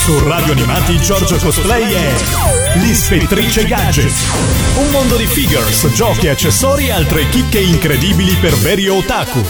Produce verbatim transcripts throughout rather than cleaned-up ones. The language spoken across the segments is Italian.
Su Radio Animati Giorgio Cosplay è l'Ispettrice Gadget. Un mondo di figures, giochi, accessori e altre chicche incredibili per veri otaku.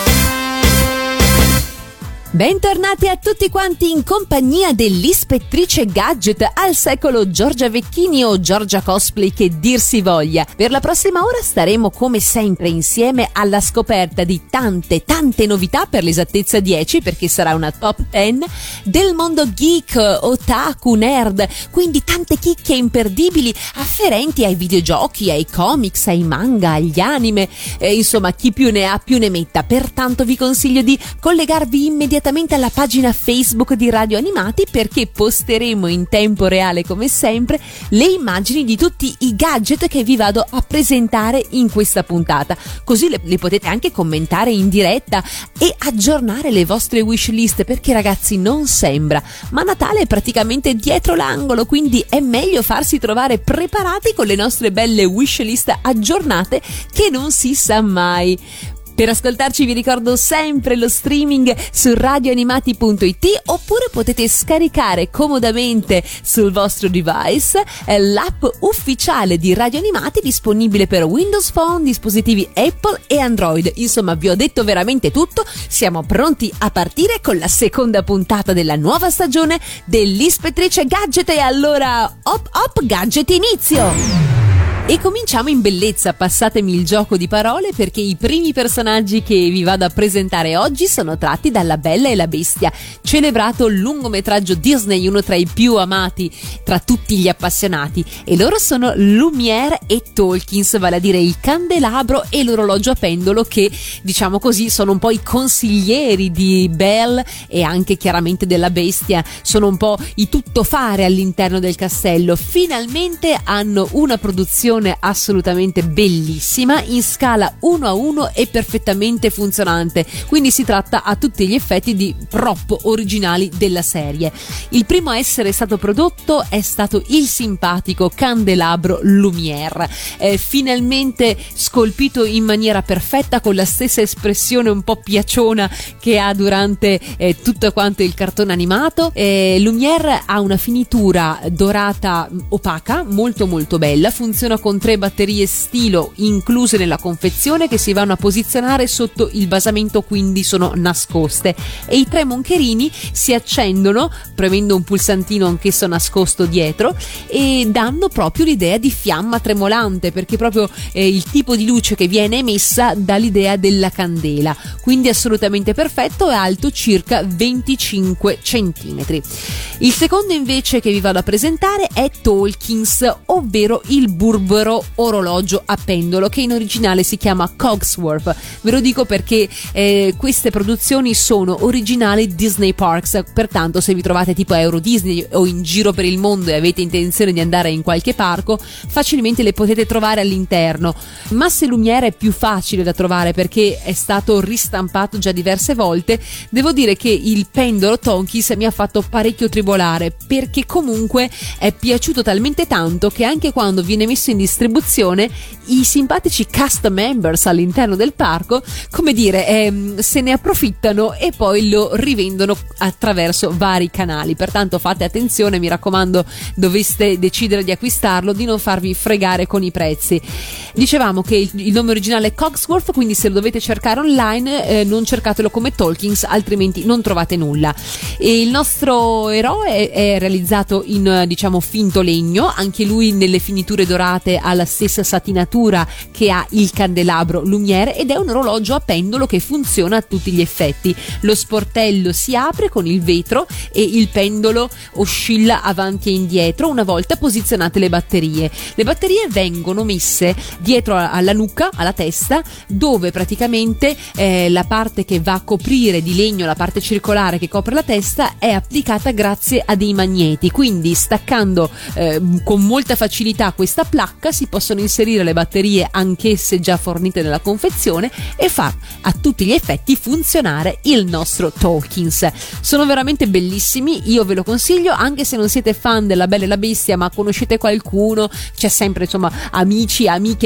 Bentornati a tutti quanti in compagnia dell'Ispettrice Gadget, al secolo Giorgia Vecchini o Giorgia Cosplay che dir si voglia. Per la prossima ora staremo come sempre insieme alla scoperta di tante tante novità, per l'esattezza dieci, perché sarà una top dieci del mondo geek, otaku, nerd, quindi tante chicche imperdibili afferenti ai videogiochi, ai comics, ai manga, agli anime, eh, insomma chi più ne ha più ne metta. Pertanto vi consiglio di collegarvi immediatamente alla pagina Facebook di Radio Animati, perché posteremo in tempo reale come sempre le immagini di tutti i gadget che vi vado a presentare in questa puntata, così le, le potete anche commentare in diretta e aggiornare le vostre wishlist, perché ragazzi non sembra, ma Natale è praticamente dietro l'angolo, quindi è meglio farsi trovare preparati con le nostre belle wishlist aggiornate, che non si sa mai. Per ascoltarci vi ricordo sempre lo streaming su radioanimati punto it, oppure potete scaricare comodamente sul vostro device l'app ufficiale di Radio Animati, disponibile per Windows Phone, dispositivi Apple e Android. Insomma, vi ho detto veramente tutto, siamo pronti a partire con la seconda puntata della nuova stagione dell'Ispettrice Gadget, e allora hop hop gadget inizio! E cominciamo in bellezza, passatemi il gioco di parole, perché i primi personaggi che vi vado a presentare oggi sono tratti dalla Bella e la Bestia, celebrato lungometraggio Disney, uno tra i più amati tra tutti gli appassionati, e loro sono Lumière e Tolkien, vale a dire il candelabro e l'orologio a pendolo, che diciamo così sono un po' i consiglieri di Belle e anche chiaramente della Bestia, sono un po' i tuttofare all'interno del castello. Finalmente hanno una produzione assolutamente bellissima, in scala uno a uno e perfettamente funzionante, quindi si tratta a tutti gli effetti di prop originali della serie. Il primo a essere stato prodotto è stato il simpatico candelabro Lumière, eh, finalmente scolpito in maniera perfetta, con la stessa espressione un po' piaciona che ha durante eh, tutto quanto il cartone animato. eh, Lumière ha una finitura dorata opaca molto molto bella, funziona con con tre batterie stilo incluse nella confezione, che si vanno a posizionare sotto il basamento, quindi sono nascoste, e i tre moncherini si accendono premendo un pulsantino anch'esso nascosto dietro, e danno proprio l'idea di fiamma tremolante, perché proprio eh, il tipo di luce che viene emessa dà l'idea della candela, quindi assolutamente perfetto, è alto circa venticinque centimetri. Il secondo invece che vi vado a presentare è Tolkien's, ovvero il burbero orologio a pendolo, che in originale si chiama Cogsworth. Ve lo dico perché eh, queste produzioni sono originali Disney Parks, pertanto se vi trovate tipo a Euro Disney o in giro per il mondo e avete intenzione di andare in qualche parco, facilmente le potete trovare all'interno. Ma se Lumière è più facile da trovare perché è stato ristampato già diverse volte, devo dire che il pendolo Tonks mi ha fatto parecchio tribolare, perché comunque è piaciuto talmente tanto che anche quando viene messo in distribuzione, i simpatici cast members all'interno del parco, come dire, ehm, se ne approfittano e poi lo rivendono attraverso vari canali. Pertanto fate attenzione, mi raccomando, doveste decidere di acquistarlo, di non farvi fregare con i prezzi. Dicevamo che il, il nome originale è Cogsworth, quindi se lo dovete cercare online eh, non cercatelo come Tolkien's, altrimenti non trovate nulla. E il nostro eroe è, è realizzato in diciamo finto legno, anche lui nelle finiture dorate ha la stessa satinatura che ha il candelabro Lumière, ed è un orologio a pendolo che funziona a tutti gli effetti. Lo sportello si apre con il vetro e il pendolo oscilla avanti e indietro una volta posizionate le batterie. Le batterie vengono messe dietro alla nuca, alla testa, dove praticamente eh, la parte che va a coprire di legno, la parte circolare che copre la testa, è applicata grazie a dei magneti, quindi staccando eh, con molta facilità questa placca si possono inserire le batterie anch'esse già fornite nella confezione e far a tutti gli effetti funzionare il nostro Tolkien's. Sono veramente bellissimi, io ve lo consiglio, anche se non siete fan della Bella e la Bestia ma conoscete qualcuno, c'è sempre insomma amici, amiche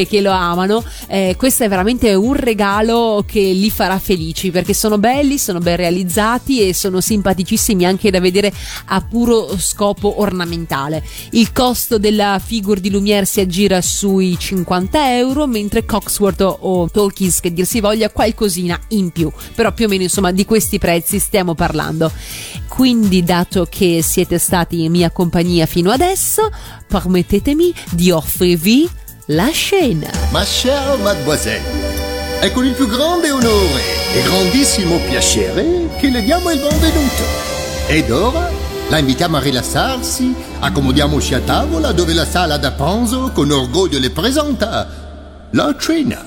amiche che lo amano, eh, questo è veramente un regalo che li farà felici, perché sono belli, sono ben realizzati e sono simpaticissimi anche da vedere a puro scopo ornamentale. Il costo della figure di Lumière si aggira sui cinquanta euro, mentre Cogsworth o Tolkien, che dir si voglia, qualcosina in più, però più o meno insomma di questi prezzi stiamo parlando. Quindi, dato che siete stati in mia compagnia fino adesso, permettetemi di offrirvi la scena. Ma chère mademoiselle, è con il più grande onore e grandissimo piacere che le diamo il benvenuto. Ed ora la invitiamo a rilassarsi, accomodiamoci a tavola dove la sala da pranzo con orgoglio le presenta la cena.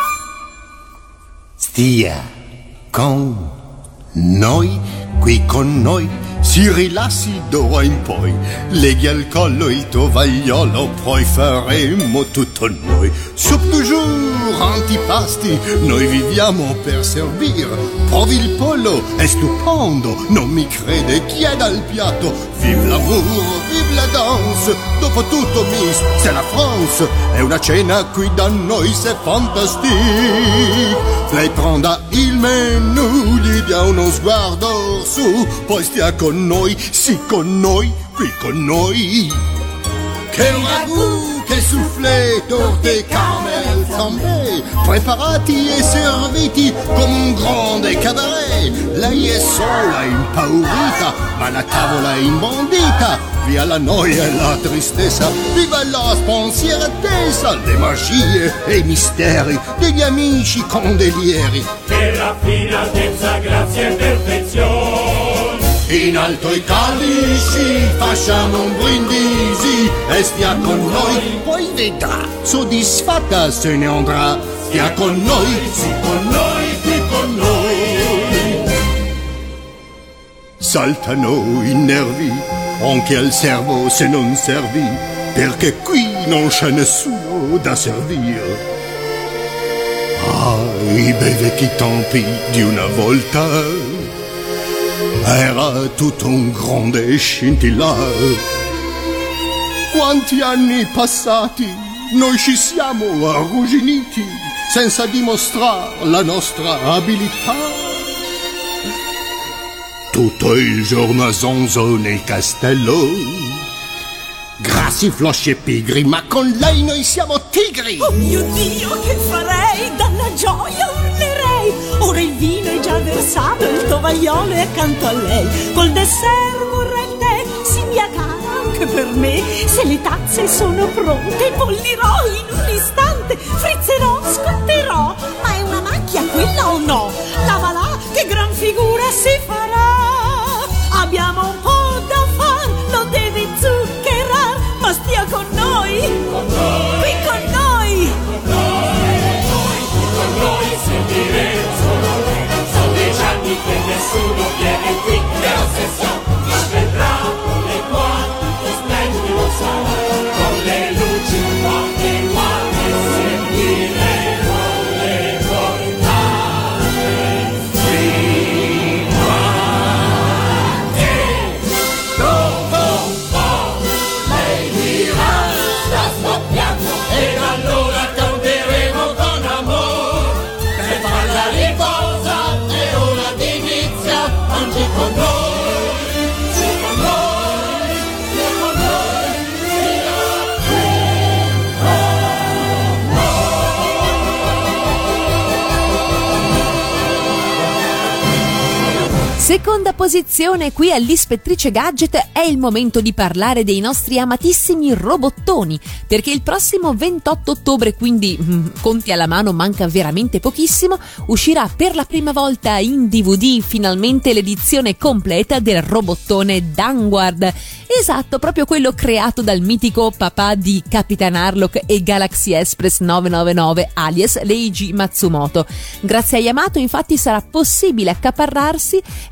Stia con noi, qui con noi, si rilassi d'ora in poi, leghi al collo il tovagliolo, poi faremo tutto noi. Soup du jour, antipasti, noi viviamo per servir. Provi il pollo, è stupendo, non mi crede, chieda il piatto. Vive l'amour, vive la danse, dopo tutto Miss, c'est la France. È una cena qui da noi, c'est fantastique. Lei prenda il menù, gli dia uno sguardo su, poi stia con noi, sì con noi, qui con noi. Che ragù, che soufflé, torte, caramel, flambé, preparati e serviti come un grande cabaret. Lei è sola, impaurita, ma la tavola è imbondita. Via la noia e la tristezza, viva la spensieratezza, le magie e i misteri degli amici condelieri. Che raffinatezza, grazia e perfezione. In alto i calici, facciamo un brindisi e stia con noi, poi vedrà, soddisfatta se ne andrà. Stia con noi, sì con noi, qui con noi. Saltano i nervi, anche al servo se non servi, perché qui non c'è nessuno da servire. Ah, i bei vecchi tempi di una volta, era tutto un grande scintillare. Quanti anni passati noi ci siamo arrugginiti senza dimostrare la nostra abilità. Tutto il giorno a zonzo nel castello, grassi, flosci e pigri, ma con lei noi siamo tigri. Oh mio Dio, che farei? Dalla gioia urlerei. Ora il vino è già versato, il tovagliolo è accanto a lei. Col dessert vorrei il tè, sia cara anche per me. Se le tazze sono pronte, bollirò in un istante, frizzerò, scotterò. Ma è una macchia quella o no? Lavala, che gran figura si farà. Abbiamo un po' da far, lo devi zuccherar, ma stia con noi, con noi, qui con noi, con noi, con noi sentiremo solo noi. Sono dieci anni che nessuno viene qui, che ossessione, ma vedrà con le quanto splendido sarà, con le luci quante quante sentiremo le portate fino a te. Dopo un po' lei dirà, sta scoppiando, ed allora canteremo con amore per far la riposa. È ora di inizia, oggi con noi, sì con noi, sì con noi, fino a Seconda posizione qui all'Ispettrice Gadget. È il momento di parlare dei nostri amatissimi robottoni, perché il prossimo ventotto ottobre, quindi mm, conti alla mano, manca veramente pochissimo, uscirà per la prima volta in D V D finalmente l'edizione completa del robottone Danguard. Esatto, proprio quello creato dal mitico papà di Capitan Harlock e Galaxy Express novecentonovantanove, alias Leiji Matsumoto. Grazie a Yamato infatti sarà possibile accaparrarsi Rimoco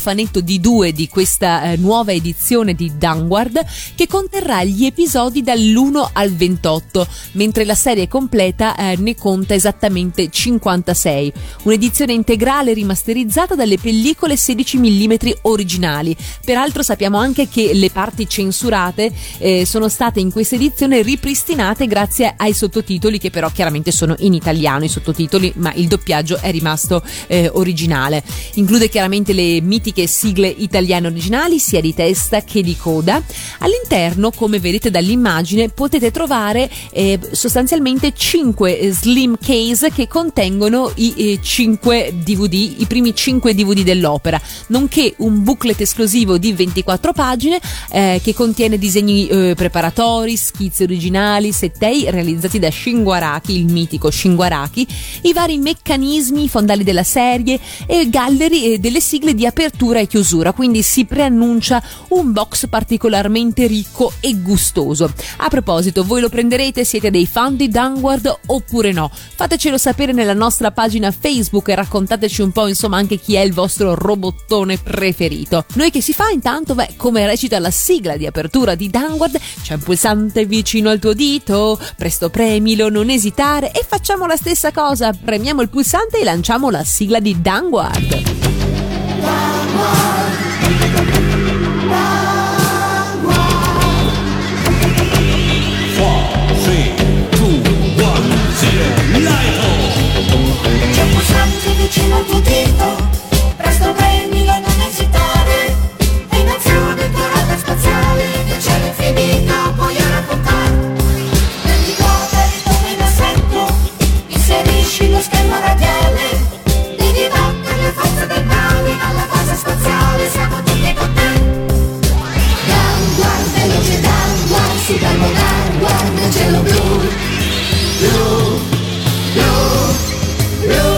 cofanetto di due di questa eh, nuova edizione di Downward, che conterrà gli episodi dall'uno al ventotto, mentre la serie completa eh, ne conta esattamente cinquantasei. Un'edizione integrale rimasterizzata dalle pellicole sedici millimetri originali. Peraltro sappiamo anche che le parti censurate eh, sono state in questa edizione ripristinate grazie ai sottotitoli, che però chiaramente sono in italiano i sottotitoli, ma il doppiaggio è rimasto eh, originale. Include chiaramente le mitiche sigle italiane originali sia di testa che di coda. All'interno, come vedete dall'immagine, potete trovare eh, sostanzialmente cinque slim case che contengono i eh, cinque D V D, i primi cinque D V D dell'opera, nonché un booklet esclusivo di ventiquattro pagine eh, che contiene disegni eh, preparatori, schizzi originali, settei realizzati da Shingo Araki, il mitico Shingo Araki, i vari meccanismi, i fondali della serie e gallery eh, delle sigle di apertura e chiusura, quindi si preannuncia un box particolarmente ricco e gustoso. A proposito, voi lo prenderete? Siete dei fan di Downward oppure no? Fatecelo sapere nella nostra pagina Facebook e raccontateci un po', insomma, anche chi è il vostro robottone preferito. Noi che si fa intanto? Beh, come recita la sigla di apertura di Downward, c'è un pulsante vicino al tuo dito, presto premilo, non esitare, e facciamo la stessa cosa, premiamo il pulsante e lanciamo la sigla di Downward. C'è un pulsante vicino al tuo dito, presto premilo, non esitare, è in azione dorata spaziale, che c'è l'infinito, puoi raccontare. Prendi quota, ritorni in assetto, inserisci lo schermo radiale, devi battere le forze del male, alla base spaziale siamo tutti con te. Downward, veloce downward, supermo downward, nel cielo blu, blu, blu, blu.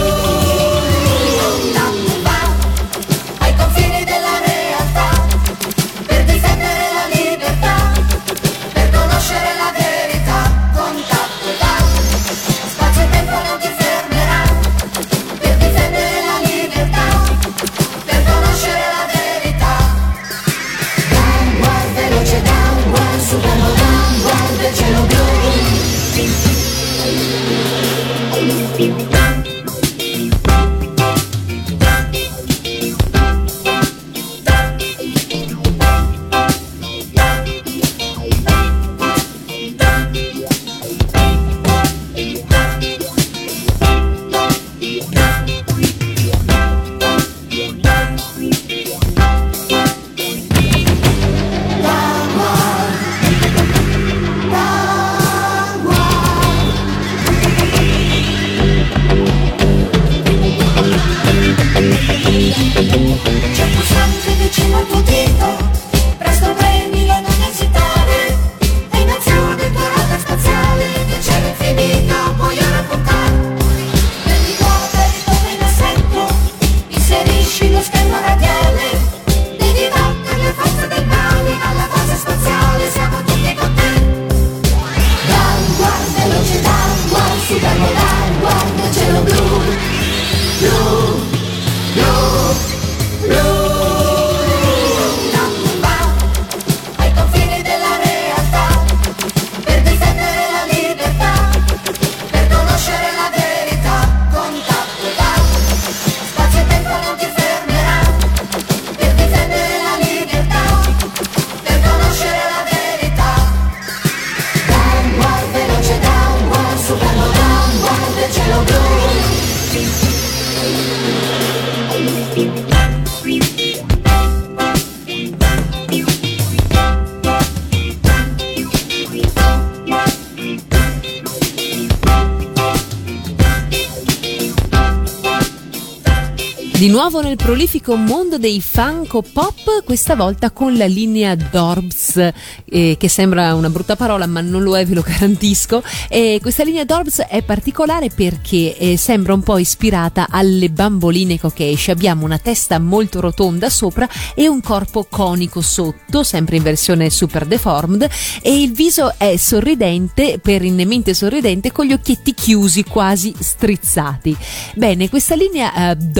Di nuovo nel prolifico mondo dei Funko Pop, questa volta con la linea Dorbz, eh, che sembra una brutta parola ma non lo è, ve lo garantisco. E questa linea Dorbz è particolare perché eh, sembra un po' ispirata alle bamboline Kokeshi. Abbiamo una testa molto rotonda sopra e un corpo conico sotto, sempre in versione super deformed, e il viso è sorridente, perennemente sorridente, con gli occhietti chiusi quasi strizzati. Bene, questa linea eh, Dorbz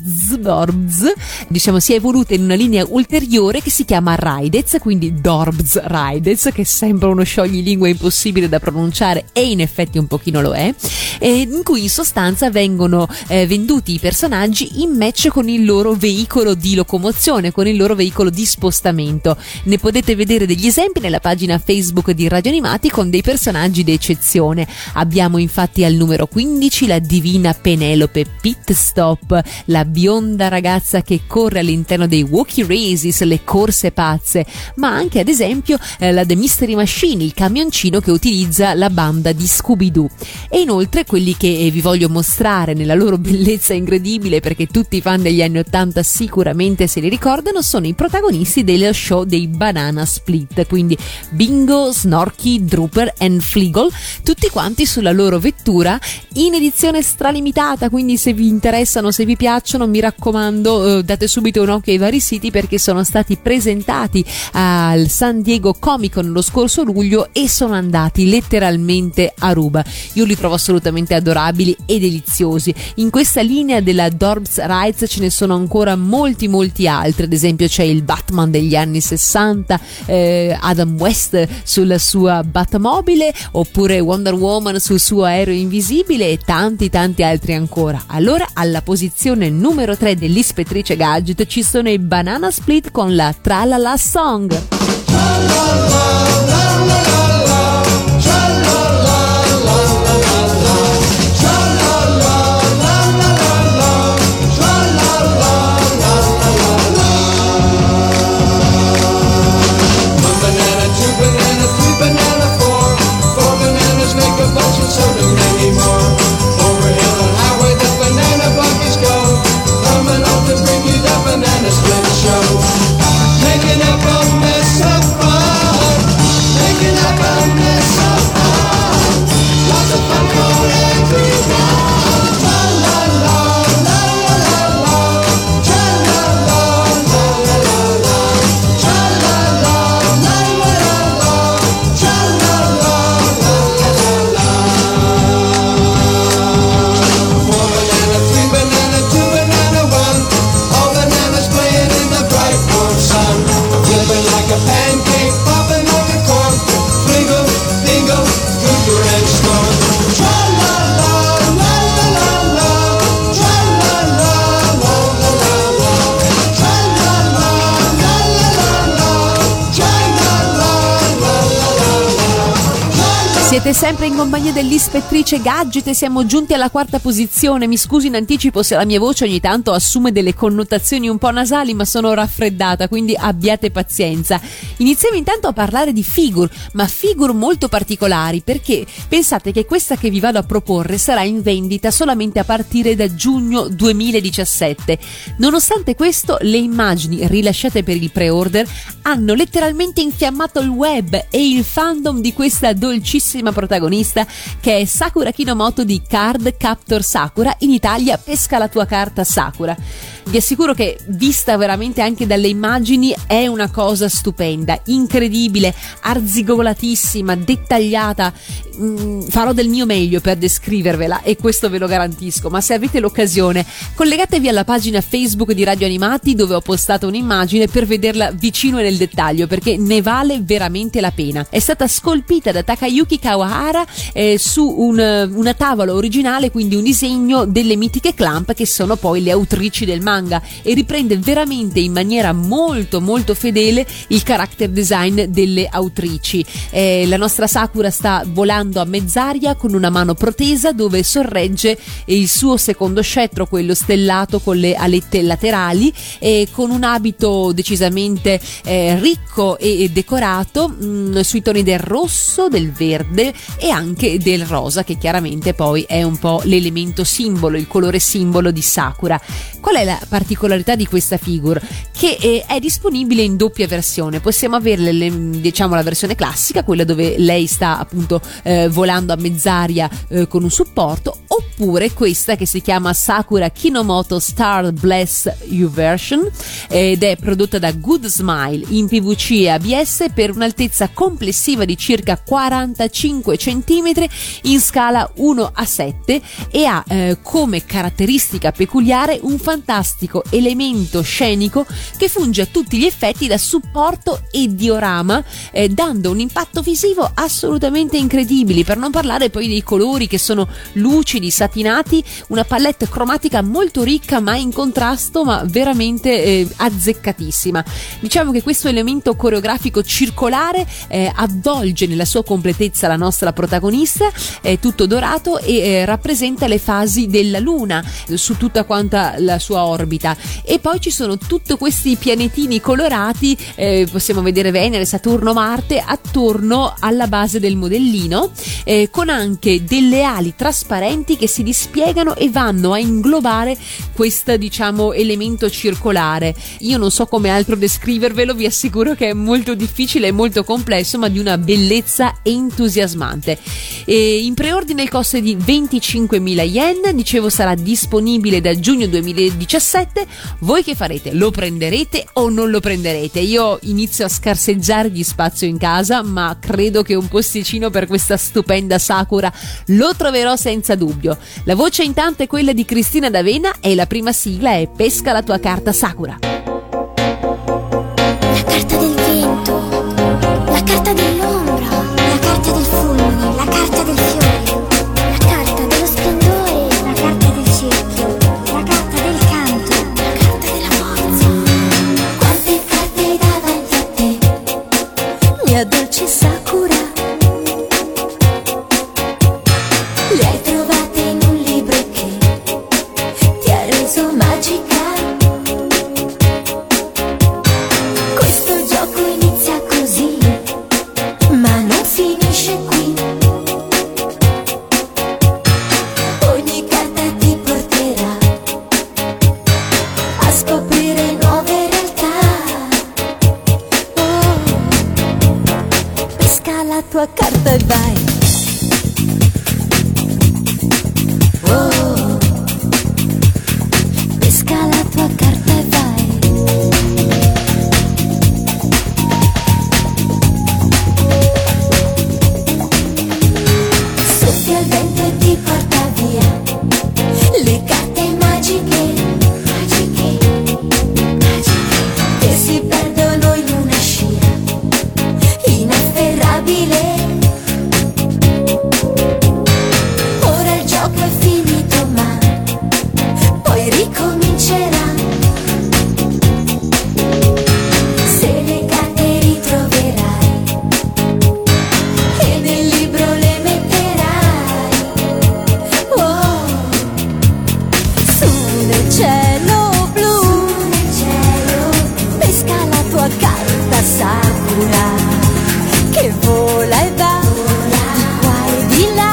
Dorbz, Dorbz, diciamo si è evoluta in una linea ulteriore che si chiama Raidez, quindi Dorbz Raidez, che sembra uno scioglilingua impossibile da pronunciare e in effetti un pochino lo è, e in cui in sostanza vengono eh, venduti i personaggi in match con il loro veicolo di locomozione, con il loro veicolo di spostamento. Ne potete vedere degli esempi nella pagina Facebook di Radio Animati con dei personaggi d'eccezione. Abbiamo infatti al numero quindici la divina Penelope Pitstop, la bionda ragazza che corre all'interno dei Walkie Races, le corse pazze, ma anche ad esempio eh, la The Mystery Machine, il camioncino che utilizza la banda di Scooby-Doo. E inoltre quelli che eh, vi voglio mostrare nella loro bellezza incredibile, perché tutti i fan degli anni ottanta sicuramente se li ricordano, sono i protagonisti dello show dei Banana Split, quindi Bingo, Snorky, Drooper e Fleagle, tutti quanti sulla loro vettura in edizione stralimitata, quindi se vi interessano, se vi piacciono, mi raccomando eh, date subito un occhio ai vari siti, perché sono stati presentati al San Diego Comic Con lo scorso luglio e sono andati letteralmente a ruba. Io li trovo assolutamente adorabili e deliziosi. In questa linea della Dorbz Rides ce ne sono ancora molti molti altri, ad esempio c'è il Batman degli anni sessanta, eh, Adam West sulla sua Batmobile, oppure Wonder Woman sul suo aereo invisibile e tanti tanti altri ancora. Allora alla posizione numero tre dell'Ispettrice Gadget ci sono i Banana Split con la Tralala Song. Siete sempre in compagnia dell'Ispettrice Gadget e siamo giunti alla quarta posizione. Mi scusi in anticipo se la mia voce ogni tanto assume delle connotazioni un po' nasali, ma sono raffreddata, quindi abbiate pazienza. Iniziamo intanto a parlare di figure, ma figure molto particolari, perché pensate che questa che vi vado a proporre sarà in vendita solamente a partire da giugno duemiladiciassette. Nonostante questo, le immagini rilasciate per il pre-order hanno letteralmente infiammato il web e il fandom di questa dolcissima protagonista, che è Sakura Kinomoto di Card Captor Sakura, in Italia Pesca la tua carta Sakura. Vi assicuro che vista veramente anche dalle immagini è una cosa stupenda, incredibile, arzigolatissima, dettagliata. Mm, farò del mio meglio per descrivervela e questo ve lo garantisco, ma se avete l'occasione collegatevi alla pagina Facebook di Radio Animati, dove ho postato un'immagine per vederla vicino e nel dettaglio, perché ne vale veramente la pena. È stata scolpita da Takayuki Kawahara eh, su un, una tavola originale, quindi un disegno delle mitiche Clamp, che sono poi le autrici del manga, e riprende veramente in maniera molto molto fedele il character design delle autrici. Eh, la nostra Sakura sta volando a mezz'aria con una mano protesa dove sorregge il suo secondo scettro, quello stellato con le alette laterali, e con un abito decisamente eh, ricco e, e decorato mh, sui toni del rosso, del verde e anche del rosa, che chiaramente poi è un po' l'elemento simbolo, il colore simbolo di Sakura. Qual è la particolarità di questa figure? Che eh, è disponibile in doppia versione. Possiamo avere le, diciamo la versione classica, quella dove lei sta appunto eh, volando a mezz'aria eh, con un supporto, oppure questa che si chiama Sakura Kinomoto Star Bless You Version, ed è prodotta da Good Smile in P V C e A B S per un'altezza complessiva di circa quarantacinque cinque centimetri in scala uno a sette e ha eh, come caratteristica peculiare un fantastico elemento scenico che funge a tutti gli effetti da supporto e diorama, eh, dando un impatto visivo assolutamente incredibile, per non parlare poi dei colori che sono lucidi, satinati, una palette cromatica molto ricca ma in contrasto, ma veramente eh, azzeccatissima. Diciamo che questo elemento coreografico circolare eh, avvolge nella sua completezza la nostra protagonista, è tutto dorato e eh, rappresenta le fasi della luna eh, su tutta quanta la sua orbita, e poi ci sono tutti questi pianetini colorati, eh, possiamo vedere Venere, Saturno, Marte attorno alla base del modellino, eh, con anche delle ali trasparenti che si dispiegano e vanno a inglobare questo, diciamo, elemento circolare. Io non so come altro descrivervelo, vi assicuro che è molto difficile e molto complesso, ma di una bellezza entusiasmante. E in preordine il costo è di venticinquemila yen, dicevo sarà disponibile da giugno duemiladiciassette. Voi che farete? Lo prenderete o non lo prenderete? Io inizio a scarseggiare di spazio in casa, ma credo che un posticino per questa stupenda Sakura lo troverò senza dubbio. La voce intanto è quella di Cristina D'Avena e la prima sigla è Pesca la tua carta Sakura. La carta del vento, la carta dell'ombra, la carta del fulmine, la carta del fiore, la carta dello splendore, la carta del cerchio, la carta del canto, la carta della forza. Quante carte hai davanti a te, mia dolce Sakura? Le hai trovate in un libro che ti ha reso magica. Questo gioco inizia così, ma non finisce qui. Ogni carta ti porterà a scoprire nuove realtà. Oh, pesca la tua carta e vai. Oh, pesca la tua carta e vai. Soffia il vento e ti porta via le carte magiche, magiche, magiche, che si perdono in una scia inafferrabile. Ora il gioco è finito, ma poi ricomincerà. Se le carte ritroverai e nel libro le metterai, oh, su nel cielo blu, su nel cielo, pesca la tua carta Sakura, che vola e va di qua e di là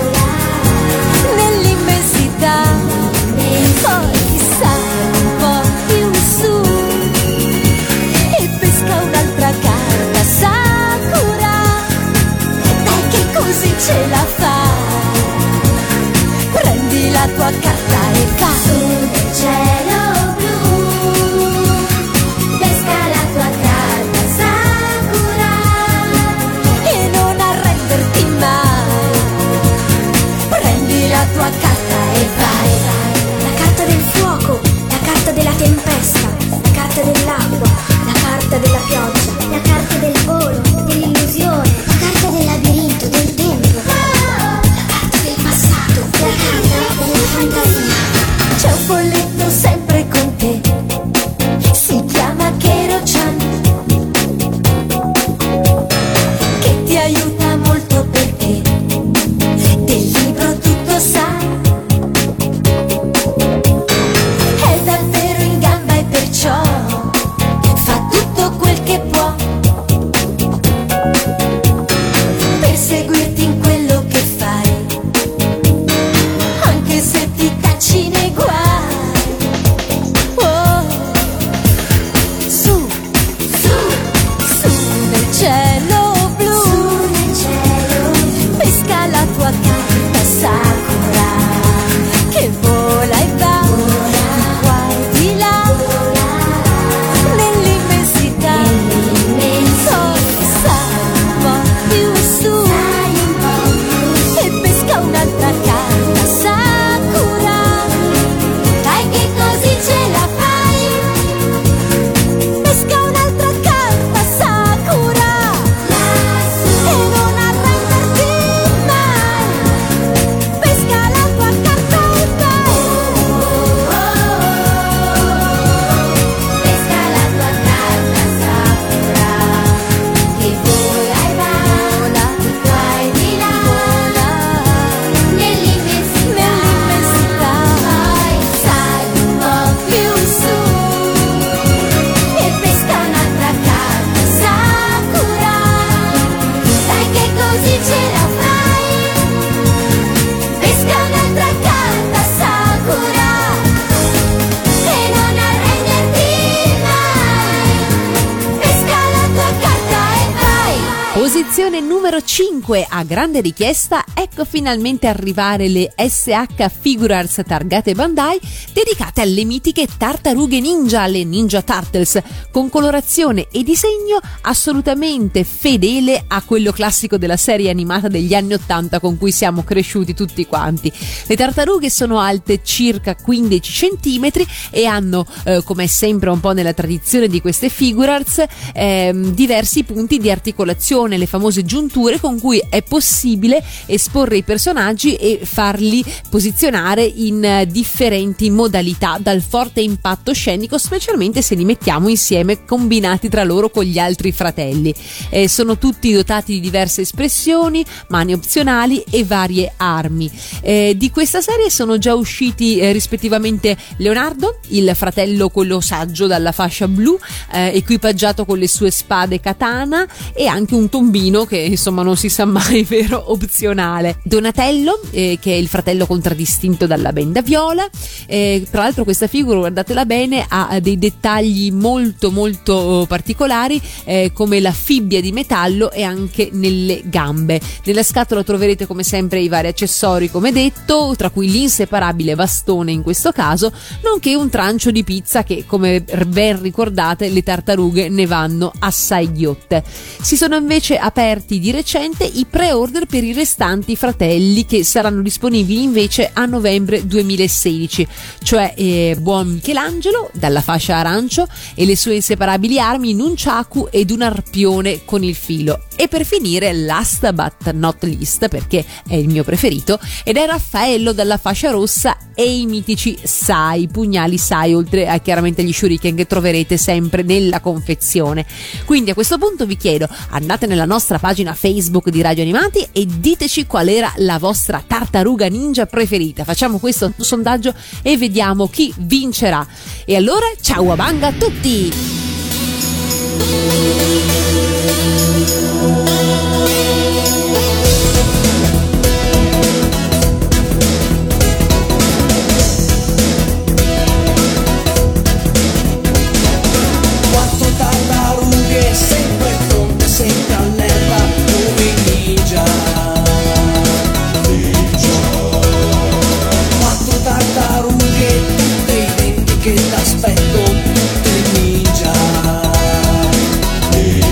nell'immensità. Poi sale un po' più su e pesca un'altra carta Sakura. Dai che così ce la fai, prendi la tua carta e vai. Su nel cielo blu, pesca la tua carta Sakura, e non Posizione numero cinque, a grande richiesta, ecco finalmente arrivare le S H Figurarts targate Bandai dedicate alle mitiche tartarughe ninja, le Ninja Turtles, con colorazione e disegno assolutamente fedele a quello classico della serie animata degli anni ottanta con cui siamo cresciuti tutti quanti. Le tartarughe sono alte circa quindici centimetri e hanno, eh, come sempre un po' nella tradizione di queste Figurarts, ehm, diversi punti di articolazione, le famose giunture con cui è possibile esporre i personaggi e farli posizionare in differenti modalità, dal forte impatto scenico, specialmente se li mettiamo insieme combinati tra loro con gli altri fratelli. Eh, sono tutti dotati di diverse espressioni, mani opzionali e varie armi. Eh, di questa serie sono già usciti eh, rispettivamente Leonardo, il fratello quello saggio dalla fascia blu, eh, equipaggiato con le sue spade katana, e anche un tombino che insomma non si sa mai, vero, opzionale. Donatello, eh, che è il fratello contraddistinto dalla benda viola. Eh, tra l'altro questa figura, guardatela bene, ha dei dettagli molto molto particolari, eh, come la fibbia di metallo e anche nelle gambe. Nella scatola troverete come sempre i vari accessori, come detto, tra cui l'inseparabile bastone in questo caso, nonché un trancio di pizza che, come ben ricordate, le tartarughe ne vanno assai ghiotte. Si sono invece aperti di recente i pre-order per i restanti fratelli, che saranno disponibili invece a novembre duemilasedici, cioè eh, buon Michelangelo dalla fascia arancio e le sue inseparabili armi nunchaku ed un arpione con il filo. E per finire, last but not least, perché è il mio preferito, ed è Raffaello dalla fascia rossa e i mitici Sai, pugnali Sai, oltre a chiaramente gli shuriken che troverete sempre nella confezione. Quindi a questo punto vi chiedo, andate nella nostra pagina Facebook di Radio Animati e diteci qual era la vostra tartaruga ninja preferita. Facciamo questo sondaggio e vediamo chi vincerà. E allora, ciao a banga a tutti! Quattro tartarughe sempre pronte, sempre all'erba come ninja. Quattro tartarughe tutte identiche d'aspetto, tutte ninja.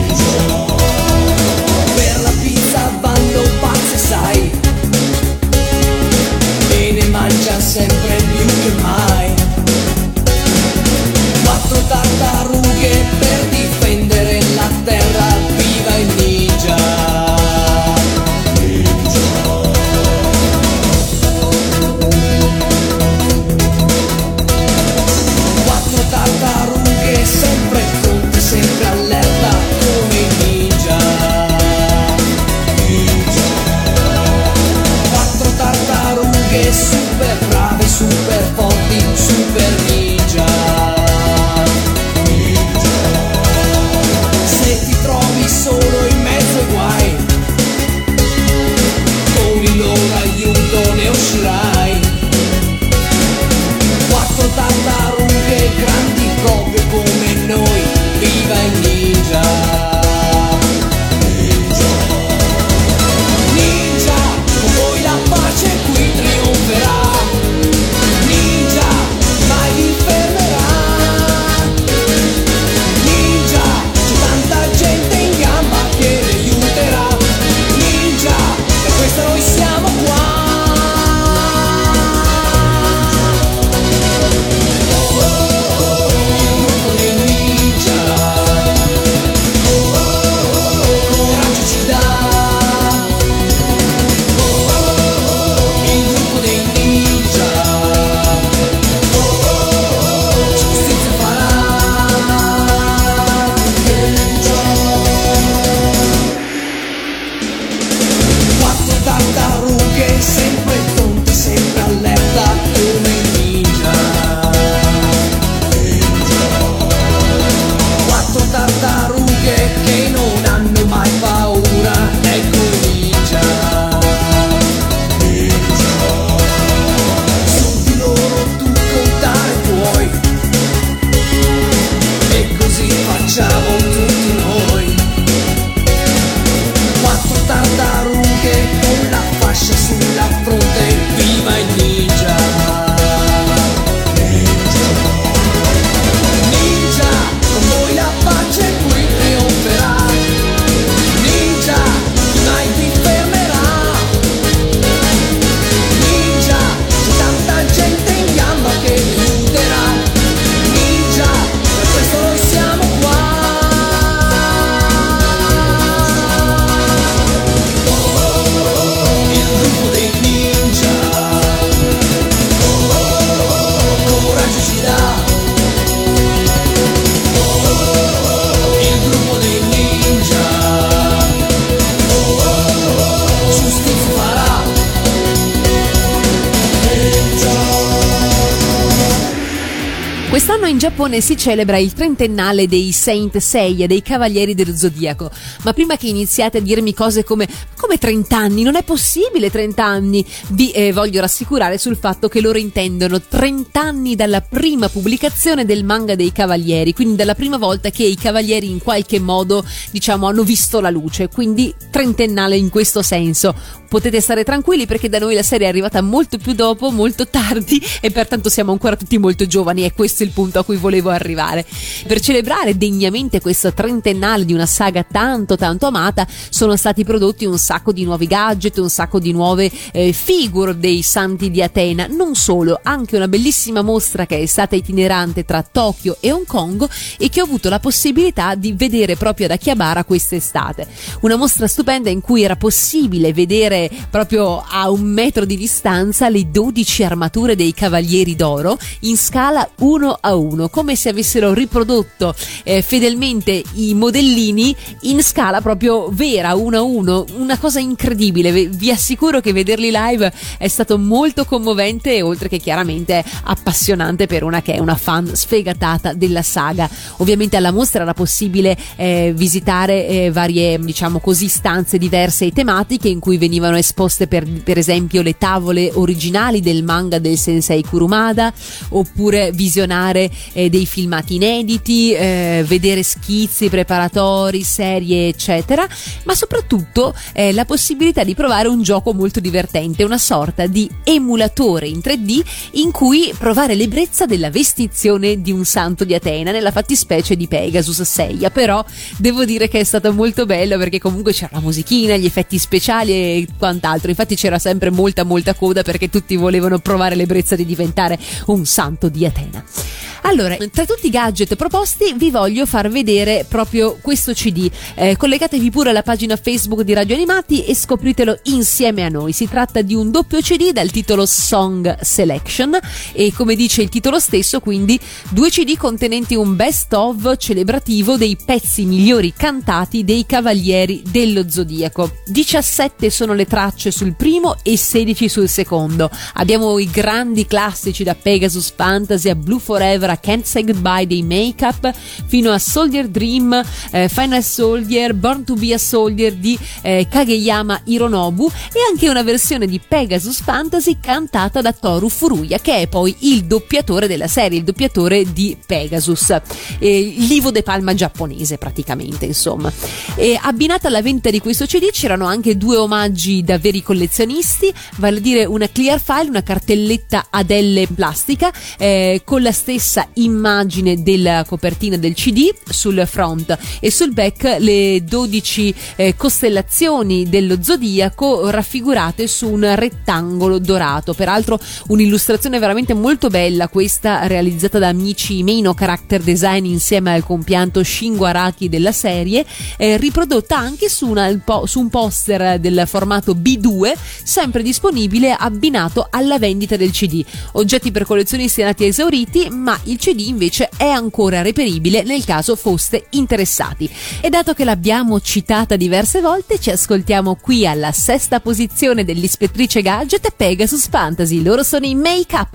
in Giappone si celebra il trentennale dei Saint Seiya, dei Cavalieri dello Zodiaco. Ma prima che iniziate a dirmi cose come come trenta anni, non è possibile trenta anni, vi eh, voglio rassicurare sul fatto che loro intendono trenta anni dalla prima pubblicazione del manga dei Cavalieri, quindi dalla prima volta che i Cavalieri in qualche modo, diciamo, hanno visto la luce, quindi trentennale in questo senso. Potete stare tranquilli perché da noi la serie è arrivata molto più dopo, molto tardi, e pertanto siamo ancora tutti molto giovani, e questo è il punto a cui volevo arrivare. Per celebrare degnamente questo trentennale di una saga tanto tanto amata sono stati prodotti un sacco di nuovi gadget, un sacco di nuove eh, figure dei santi di Atena, non solo, anche una bellissima mostra che è stata itinerante tra Tokyo e Hong Kong e che ho avuto la possibilità di vedere proprio ad Akihabara quest'estate. Una mostra stupenda in cui era possibile vedere proprio a un metro di distanza le dodici armature dei Cavalieri d'Oro in scala uno a uno, come se avessero riprodotto eh, fedelmente i modellini in scala proprio vera, uno a uno, una cosa incredibile. Vi assicuro che vederli live è stato molto commovente e oltre che chiaramente appassionante per una che è una fan sfegatata della saga. Ovviamente alla mostra era possibile eh, visitare eh, varie, diciamo così, stanze diverse e tematiche in cui venivano esposte per, per esempio le tavole originali del manga del sensei Kurumada, oppure visionare eh, dei filmati inediti, eh, vedere schizzi preparatori, serie eccetera, ma soprattutto eh, la possibilità di provare un gioco molto divertente, una sorta di emulatore in tre D in cui provare l'ebbrezza della vestizione di un santo di Atena, nella fattispecie di Pegasus Seiya. Però devo dire che è stato molto bello perché comunque c'era la musichina, gli effetti speciali e quant'altro, infatti c'era sempre molta molta coda perché tutti volevano provare l'ebbrezza di diventare un santo di Atena. Allora, tra tutti i gadget proposti vi voglio far vedere proprio questo C D. Eh, collegatevi pure alla pagina Facebook di Radio Animati e scopritelo insieme a noi. Si tratta di un doppio C D dal titolo Song Selection e, come dice il titolo stesso, quindi due C D contenenti un best of celebrativo dei pezzi migliori cantati dei Cavalieri dello Zodiaco. diciassette sono le tracce sul primo e sedici sul secondo. Abbiamo i grandi classici da Pegasus Fantasy a Blue Forever a Can't Say Goodbye dei Make Up fino a Soldier Dream, eh, Final Soldier, Born to be a Soldier di eh, Kageyama Hironobu, e anche una versione di Pegasus Fantasy cantata da Toru Furuya, che è poi il doppiatore della serie, il doppiatore di Pegasus, eh, il Livo de Palma giapponese praticamente, insomma. E abbinata alla vendita di questo C D c'erano anche due omaggi da veri collezionisti, vale a dire una clear file, una cartelletta ad L plastica eh, con la stessa immagine della copertina del C D sul front, e sul back le dodici eh, costellazioni dello zodiaco raffigurate su un rettangolo dorato. Peraltro un'illustrazione veramente molto bella questa, realizzata da Michi Meino Character Design insieme al compianto Shingo Araki della serie, eh, riprodotta anche su, una, su un poster del formato B due, sempre disponibile abbinato alla vendita del C D. Oggetti per collezionisti nati esauriti, ma il C D invece è ancora reperibile nel caso foste interessati. E dato che l'abbiamo citata diverse volte, ci ascoltiamo qui alla sesta posizione dell'Ispettrice Gadget Pegasus Fantasy. Loro sono i Make Up.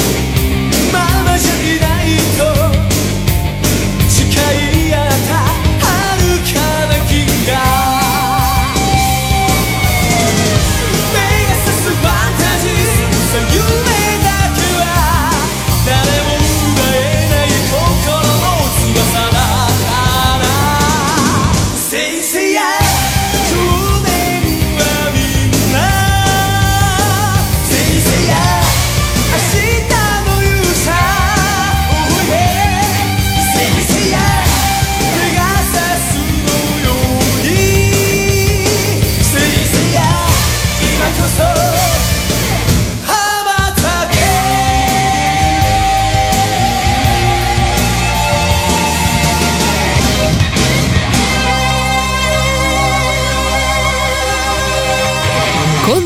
誓い合った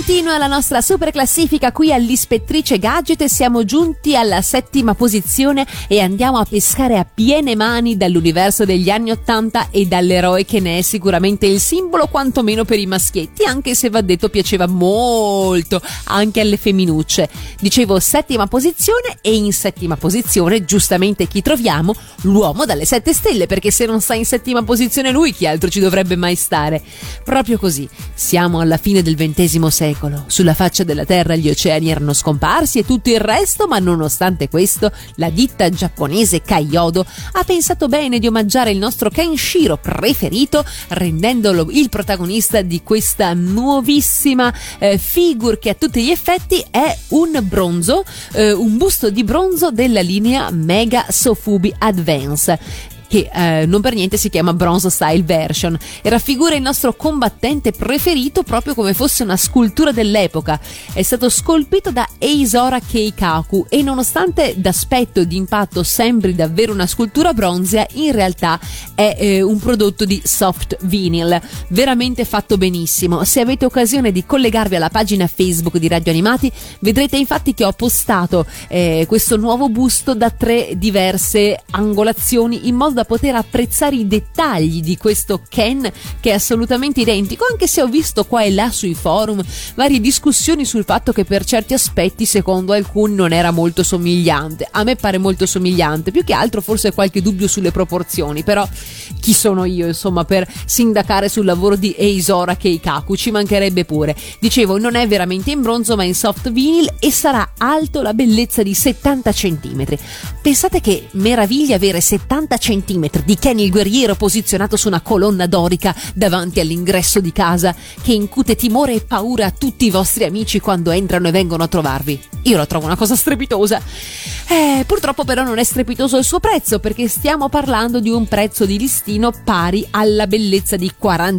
Continua la nostra super classifica qui all'Ispettrice Gadget e siamo giunti alla settima posizione e andiamo a pescare a piene mani dall'universo degli anni ottanta e dall'eroe che ne è sicuramente il simbolo, quantomeno per i maschietti, anche se va detto piaceva molto anche alle femminucce. Dicevo settima posizione, e in settima posizione giustamente chi troviamo? L'uomo dalle sette stelle, perché se non sta in settima posizione lui, chi altro ci dovrebbe mai stare? Proprio così, siamo alla fine del ventesimo secolo, sulla faccia della terra gli oceani erano scomparsi e tutto il resto, ma nonostante questo la ditta giapponese Kyoto ha pensato bene di omaggiare il nostro Kenshiro preferito, rendendolo il protagonista di questa nuovissima eh, figure che a tutti gli effetti è un bronzo, eh, un busto di bronzo della linea Mega Sofubi Advance, che eh, non per niente si chiama Bronze Style Version, e raffigura il nostro combattente preferito proprio come fosse una scultura dell'epoca. È stato scolpito da Eisora Keikaku e nonostante d'aspetto e di impatto sembri davvero una scultura bronzea, in realtà è eh, un prodotto di soft vinyl, veramente fatto benissimo. Se avete occasione di collegarvi alla pagina Facebook di Radio Animati, vedrete infatti che ho postato eh, questo nuovo busto da tre diverse angolazioni in modo da poter apprezzare i dettagli di questo Ken, che è assolutamente identico, anche se ho visto qua e là sui forum varie discussioni sul fatto che per certi aspetti secondo alcuni non era molto somigliante. A me pare molto somigliante, più che altro forse qualche dubbio sulle proporzioni, però chi sono io insomma per sindacare sul lavoro di Eisora Keikaku, ci mancherebbe pure. Dicevo, non è veramente in bronzo ma in soft vinyl e sarà alto la bellezza di settanta centimetri. Pensate che meraviglia avere settanta centimetri di Ken il guerriero posizionato su una colonna dorica davanti all'ingresso di casa, che incute timore e paura a tutti i vostri amici quando entrano e vengono a trovarvi. Io lo trovo una cosa strepitosa. Eh, purtroppo però non è strepitoso il suo prezzo, perché stiamo parlando di un prezzo di listino pari alla bellezza di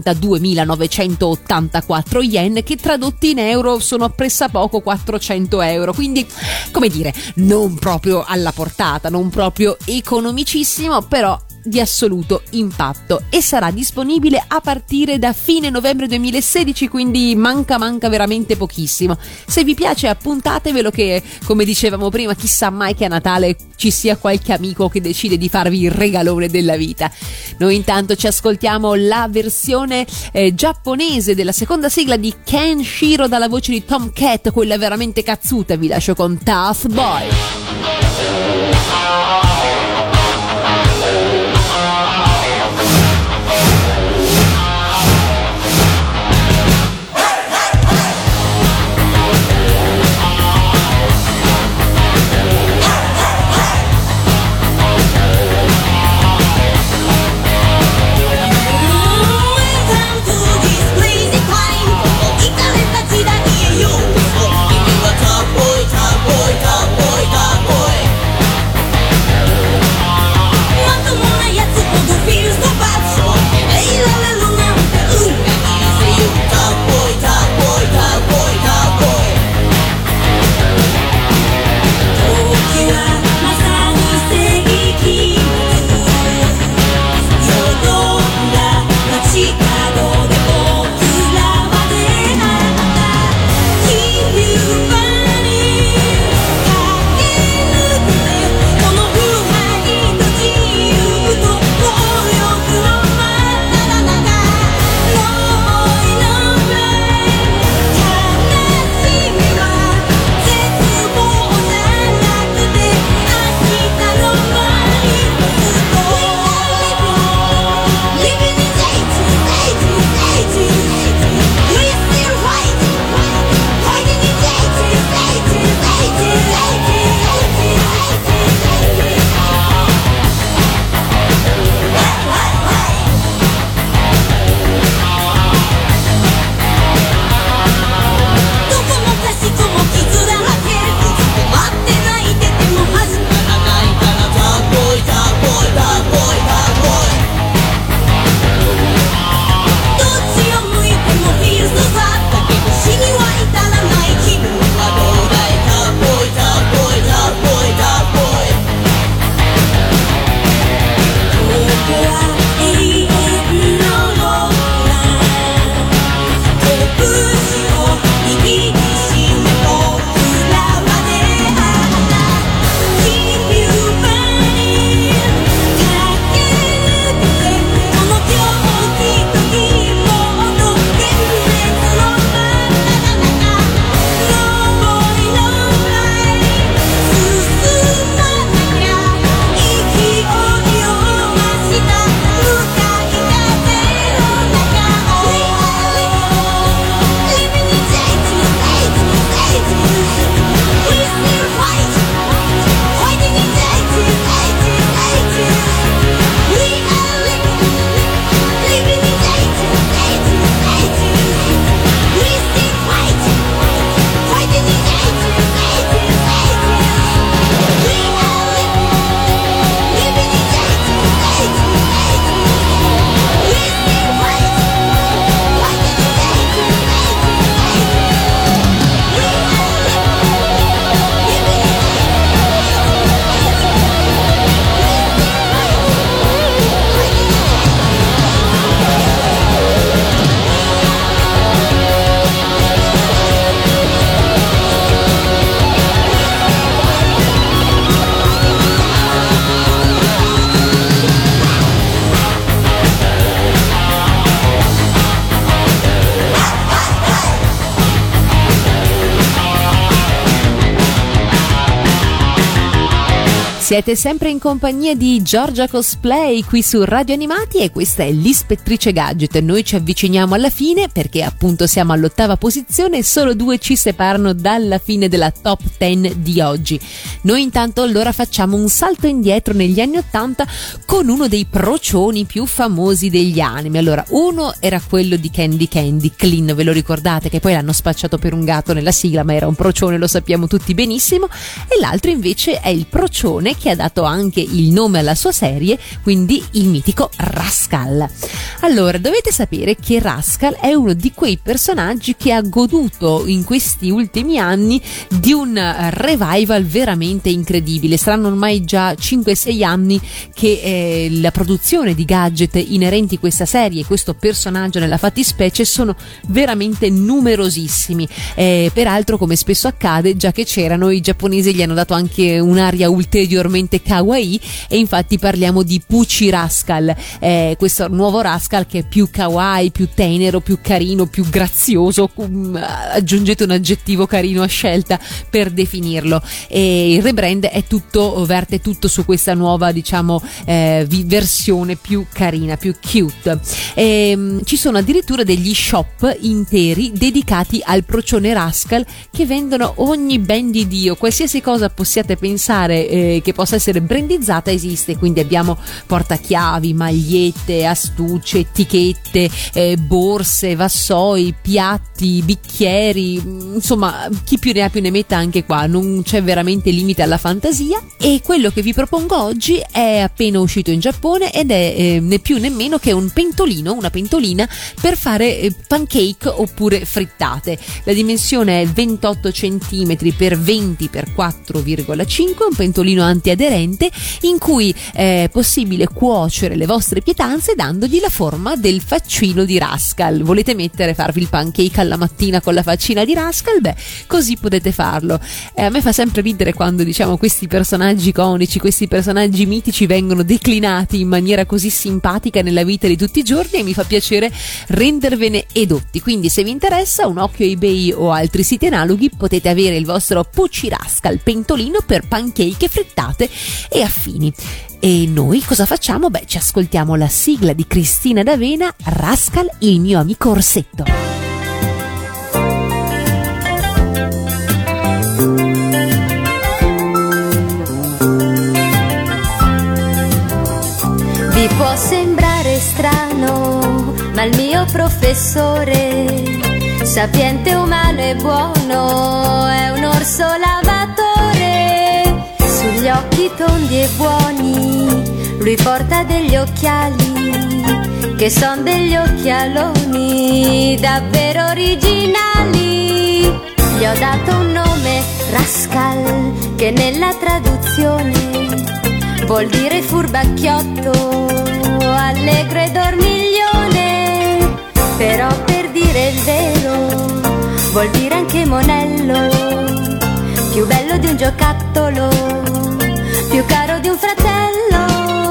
quarantaduemilanovecentottantaquattro yen, che tradotti in euro sono pressappoco quattrocento euro, quindi come dire, non proprio alla portata, non proprio economicissimo, però di assoluto impatto, e sarà disponibile a partire da fine novembre duemilasedici, quindi manca manca veramente pochissimo. Se vi piace appuntatevelo, che come dicevamo prima chissà mai che a Natale ci sia qualche amico che decide di farvi il regalone della vita. Noi intanto ci ascoltiamo la versione eh, giapponese della seconda sigla di Kenshiro dalla voce di Tom Cat, quella veramente cazzuta. Vi lascio con Tough Boy. Tough boy, tough boy, tough boy, tough boy. Siete sempre in compagnia di Giorgia Cosplay qui su Radio Animati e questa è l'Ispettrice Gadget. Noi ci avviciniamo alla fine perché appunto siamo all'ottava posizione e solo due ci separano dalla fine della top dieci di oggi. Noi intanto allora facciamo un salto indietro negli anni ottanta con uno dei procioni più famosi degli anime. Allora, uno era quello di Candy Candy, Clean, ve lo ricordate che poi l'hanno spacciato per un gatto nella sigla, ma era un procione, lo sappiamo tutti benissimo, e l'altro invece è il procione che ha dato anche il nome alla sua serie, quindi il mitico Rascal. Allora, dovete sapere che Rascal è uno di quei personaggi che ha goduto in questi ultimi anni di un revival veramente incredibile. Saranno ormai già cinque sei anni che eh, la produzione di gadget inerenti a questa serie e questo personaggio nella fattispecie sono veramente numerosissimi. Eh, peraltro, come spesso accade, già che c'erano, i giapponesi gli hanno dato anche un'aria ulteriormente kawaii e infatti parliamo di Pucci Rascal, eh, questo nuovo Rascal che è più kawaii, più tenero, più carino, più grazioso, um, aggiungete un aggettivo carino a scelta per definirlo, e il rebrand è tutto, verte tutto su questa nuova, diciamo, eh, versione più carina, più cute. E, um, ci sono addirittura degli shop interi dedicati al procione Rascal che vendono ogni ben di Dio, qualsiasi cosa possiate pensare eh, che possa essere brandizzata esiste, quindi abbiamo portachiavi, magliette, astucce, etichette, eh, borse, vassoi, piatti, bicchieri, insomma chi più ne ha più ne metta anche qua, non c'è veramente limite alla fantasia. E quello che vi propongo oggi è appena uscito in Giappone ed è eh, né più né meno che un pentolino, una pentolina per fare eh, pancake oppure frittate. La dimensione è ventotto centimetri per venti per quattro virgola cinque, un pentolino antiaderente in cui è possibile cuocere le vostre pietanze dandogli la forma del faccino di Rascal. Volete mettere, farvi il pancake alla mattina con la faccina di Rascal? Beh, così potete farlo. E a me fa sempre ridere quando, diciamo, questi personaggi iconici, questi personaggi mitici vengono declinati in maniera così simpatica nella vita di tutti i giorni e mi fa piacere rendervene edotti. Quindi se vi interessa, un occhio a eBay o altri siti analoghi, potete avere il vostro Pucci Rascal pentolino per pancake, frittate e affini. E noi cosa facciamo? Beh, ci ascoltiamo la sigla di Cristina D'Avena, Rascal, il mio amico orsetto. Vi può sembrare strano, ma il mio professore, sapiente, umano e buono, è un orso lavatore. Sugli occhi tondi e buoni, lui porta degli occhiali, che son degli occhialoni davvero originali. Gli ho dato un nome, Rascal, che nella traduzione vuol dire furbacchiotto, allegro e dormiglione. Però per dire il vero vuol dire anche monello, più bello di un giocattolo, più caro di un fratello.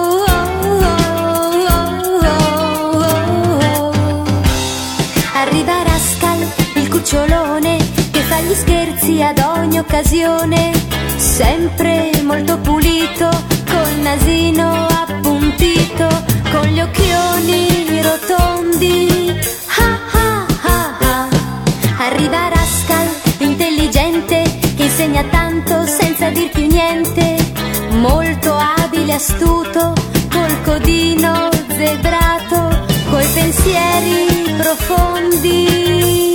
Arriva Rascal, il cucciolone, che fa gli scherzi ad ogni occasione, sempre molto pulito, col nasino appuntito, con gli occhioni rotondi. Ah ah ah ah. Arriva Rascal, intelligente, che insegna tanto senza dir più niente, molto abile, astuto, col codino zebrato, coi pensieri profondi.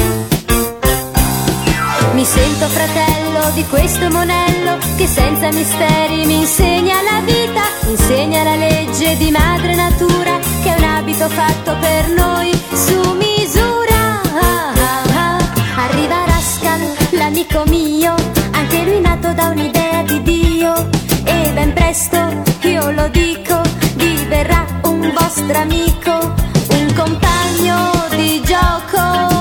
Mi sento fratello di questo monello che senza misteri mi insegna la vita, insegna la legge di madre natura, che è un abito fatto per noi su misura. Ah, ah, ah. Arriva Rascal, l'amico mio, anche lui nato da un'idea di Dio, e ben presto, io lo dico, diverrà un vostro amico, un compagno di gioco.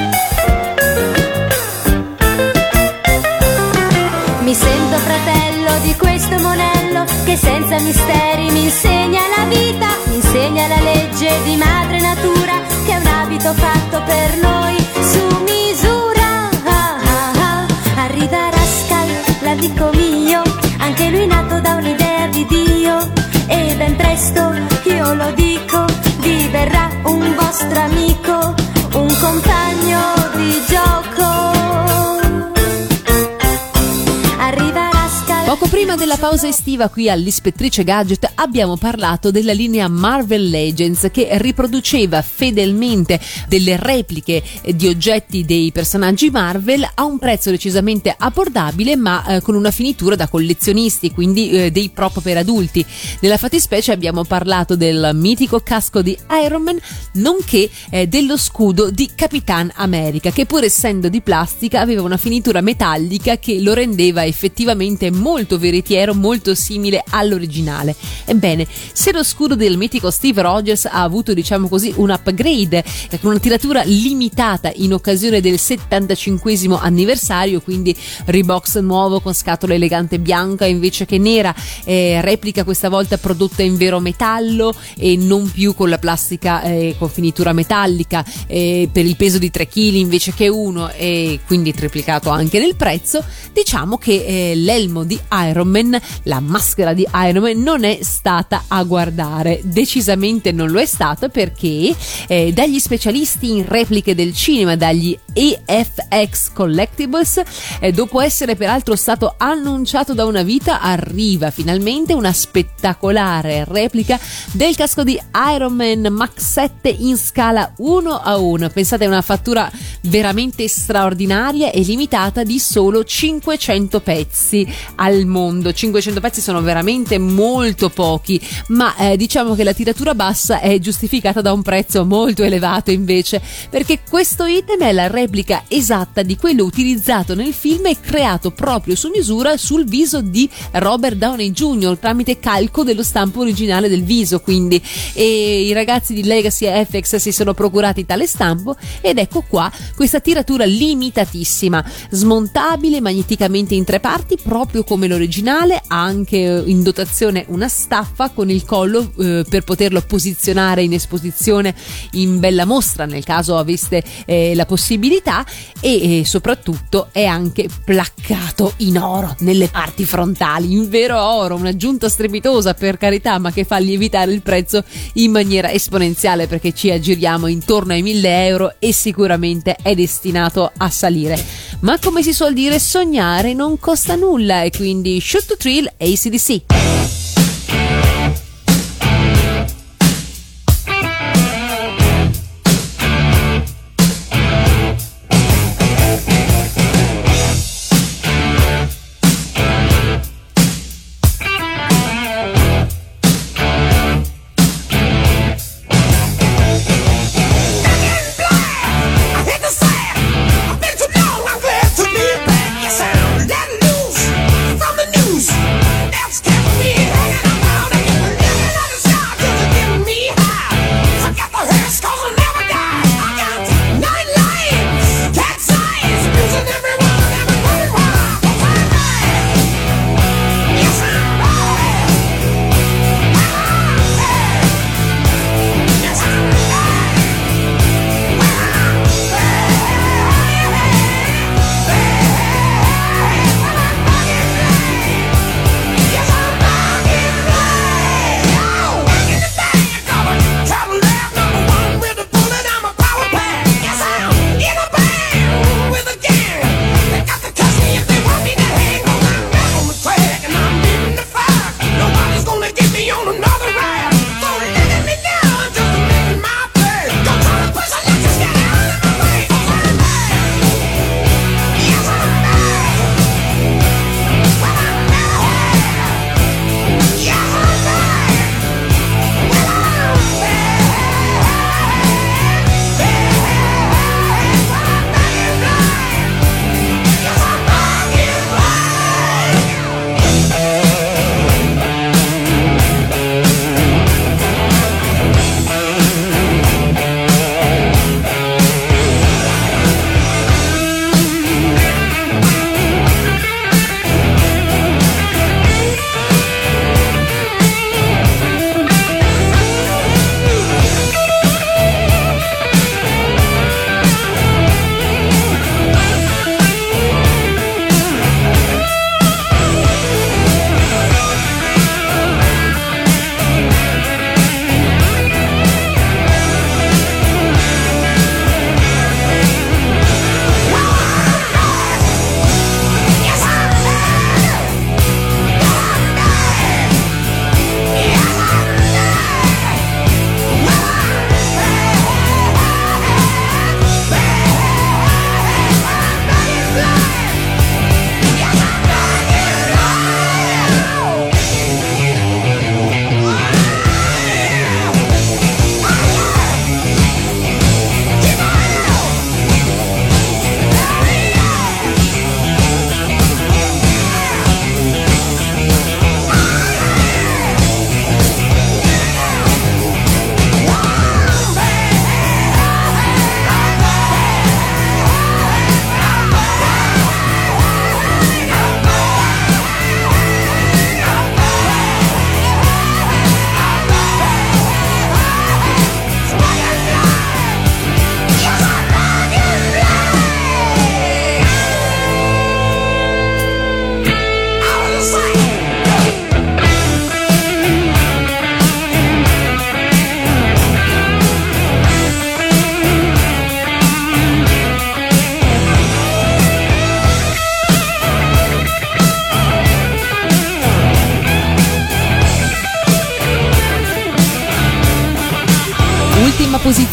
Mi sento fratello fratello di questo monello che senza misteri mi insegna la vita, mi insegna la legge di madre natura, che è un abito fatto per noi su misura. Ah, ah, ah. Arriva Rascal, l'amico mio, anche lui nato da un'idea di Dio, e ben presto, io lo dico, diverrà un vostro amico, un compagno di gioco. Arriva Rascal. Poco prima della pausa estiva qui all'Ispettrice Gadget abbiamo parlato della linea Marvel Legends, che riproduceva fedelmente delle repliche di oggetti dei personaggi Marvel a un prezzo decisamente abbordabile, ma eh, con una finitura da collezionisti, quindi eh, dei prop per adulti. Nella fattispecie abbiamo parlato del mitico casco di Iron Man, nonché eh, dello scudo di Capitan America, che pur essendo di plastica aveva una finitura metallica che lo rendeva effettivamente molto veritiero, molto simile all'originale. Ebbene, se lo scudo del mitico Steve Rogers ha avuto, diciamo così, un upgrade con una tiratura limitata in occasione del settantacinquesimo anniversario, quindi rebox nuovo con scatola elegante bianca invece che nera, eh, replica questa volta prodotta in vero metallo e non più con la plastica eh, con finitura metallica, eh, per il peso di tre chili invece che uno, e quindi triplicato anche nel prezzo. Diciamo che eh, l'elmo di Iron Man, la maschera di Iron Man, non è stata a guardare, decisamente non lo è stata, perché eh, dagli specialisti in repliche del cinema, dagli E F X Collectibles, eh, dopo essere peraltro stato annunciato da una vita, arriva finalmente una spettacolare replica del casco di Iron Man Mach sette in scala uno a uno. Pensate, è una fattura veramente straordinaria e limitata di solo cinquecento pezzi al mondo. cinquecento pezzi sono veramente molto pochi, ma eh, diciamo che la tiratura bassa è giustificata da un prezzo molto elevato invece, perché questo item è la replica esatta di quello utilizzato nel film e creato proprio su misura sul viso di Robert Downey junior tramite calco dello stampo originale del viso, quindi, e i ragazzi di Legacy F X si sono procurati tale stampo, ed ecco qua questa tiratura limitatissima, smontabile magneticamente in tre parti proprio come l'originale, ha anche in dotazione una staffa con il collo eh, per poterlo posizionare in esposizione in bella mostra nel caso aveste eh, la possibilità, e eh, soprattutto è anche placcato in oro nelle parti frontali, in vero oro, un'aggiunta strepitosa per carità, ma che fa lievitare il prezzo in maniera esponenziale, perché ci aggiriamo intorno ai mille euro e sicuramente è destinato a salire. Ma come si suol dire, sognare non costa nulla, e quindi Shoot to Thrill A C D C. From the news, that's Kevin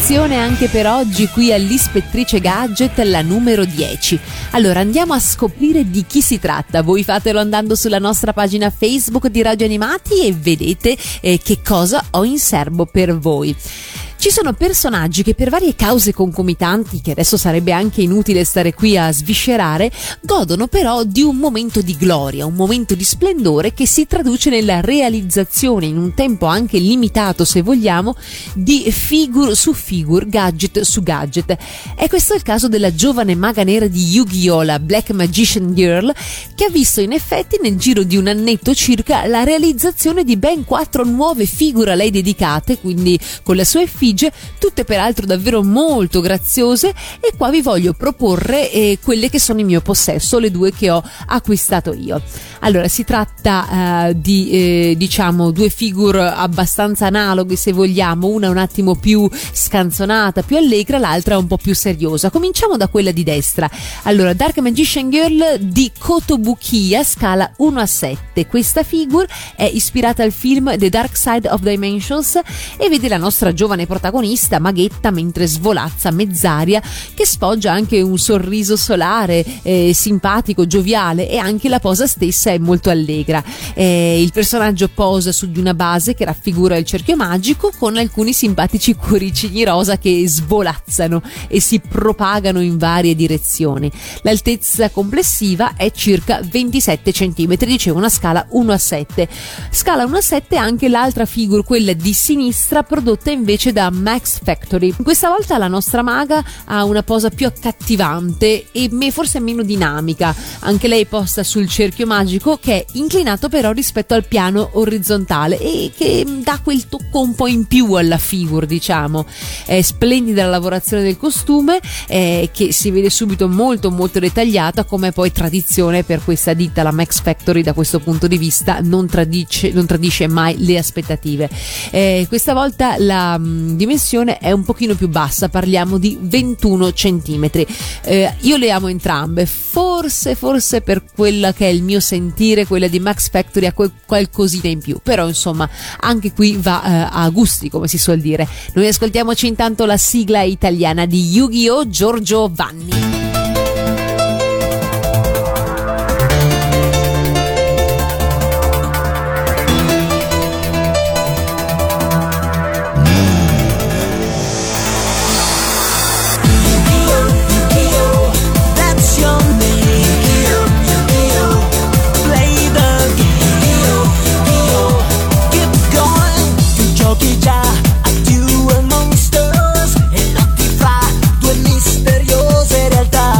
selezione anche per oggi qui all'Ispettrice Gadget, la numero dieci. Allora andiamo a scoprire di chi si tratta. Voi fatelo andando sulla nostra pagina Facebook di Radio Animati e vedete eh, che cosa ho in serbo per voi. Ci sono personaggi che per varie cause concomitanti, che adesso sarebbe anche inutile stare qui a sviscerare, godono però di un momento di gloria, un momento di splendore che si traduce nella realizzazione, in un tempo anche limitato se vogliamo, di figure su figure, gadget su gadget. E questo è il caso della giovane maga nera di Yu-Gi-Oh!, la Black Magician Girl, che ha visto in effetti nel giro di un annetto circa la realizzazione di ben quattro nuove figure a lei dedicate, quindi con la sua effigie, tutte peraltro davvero molto graziose, e qua vi voglio proporre eh, quelle che sono in mio possesso, le due che ho acquistato io. Allora, si tratta eh, di eh, diciamo due figure abbastanza analoghe se vogliamo, una un attimo più scanzonata, più allegra, l'altra un po' più seriosa. Cominciamo da quella di destra. Allora, Dark Magician Girl di Kotobukiya, scala uno a sette. Questa figure è ispirata al film The Dark Side of Dimensions e vede la nostra giovane protagonista maghetta mentre svolazza mezz'aria, che sfoggia anche un sorriso solare, eh, simpatico, gioviale, e anche la posa stessa è molto allegra. Eh, il personaggio posa su di una base che raffigura il cerchio magico, con alcuni simpatici cuoricini rosa che svolazzano e si propagano in varie direzioni. L'altezza complessiva è circa ventisette centimetri, dicevo una scala uno a sette. Scala uno a sette anche l'altra figure, quella di sinistra, prodotta invece da Max Factory. Questa volta la nostra maga ha una posa più accattivante e forse meno dinamica. Anche lei posta sul cerchio magico, che è inclinato però rispetto al piano orizzontale e che dà quel tocco un po' in più alla figure, diciamo. È splendida la lavorazione del costume, eh, che si vede subito molto molto dettagliata, come poi tradizione per questa ditta, la Max Factory. Da questo punto di vista non tradisce, non tradisce mai le aspettative. Eh, questa volta la mh, dimensione è un pochino più bassa, parliamo di ventuno centimetri. Eh, io le amo entrambe, forse forse per quella che è il mio sentire, quella di Max Factory ha quel qualcosina in più, però insomma anche qui va eh, a gusti, come si suol dire. Noi ascoltiamoci intanto la sigla italiana di Yu-Gi-Oh! Giorgio Vanni. Misteriose realtà.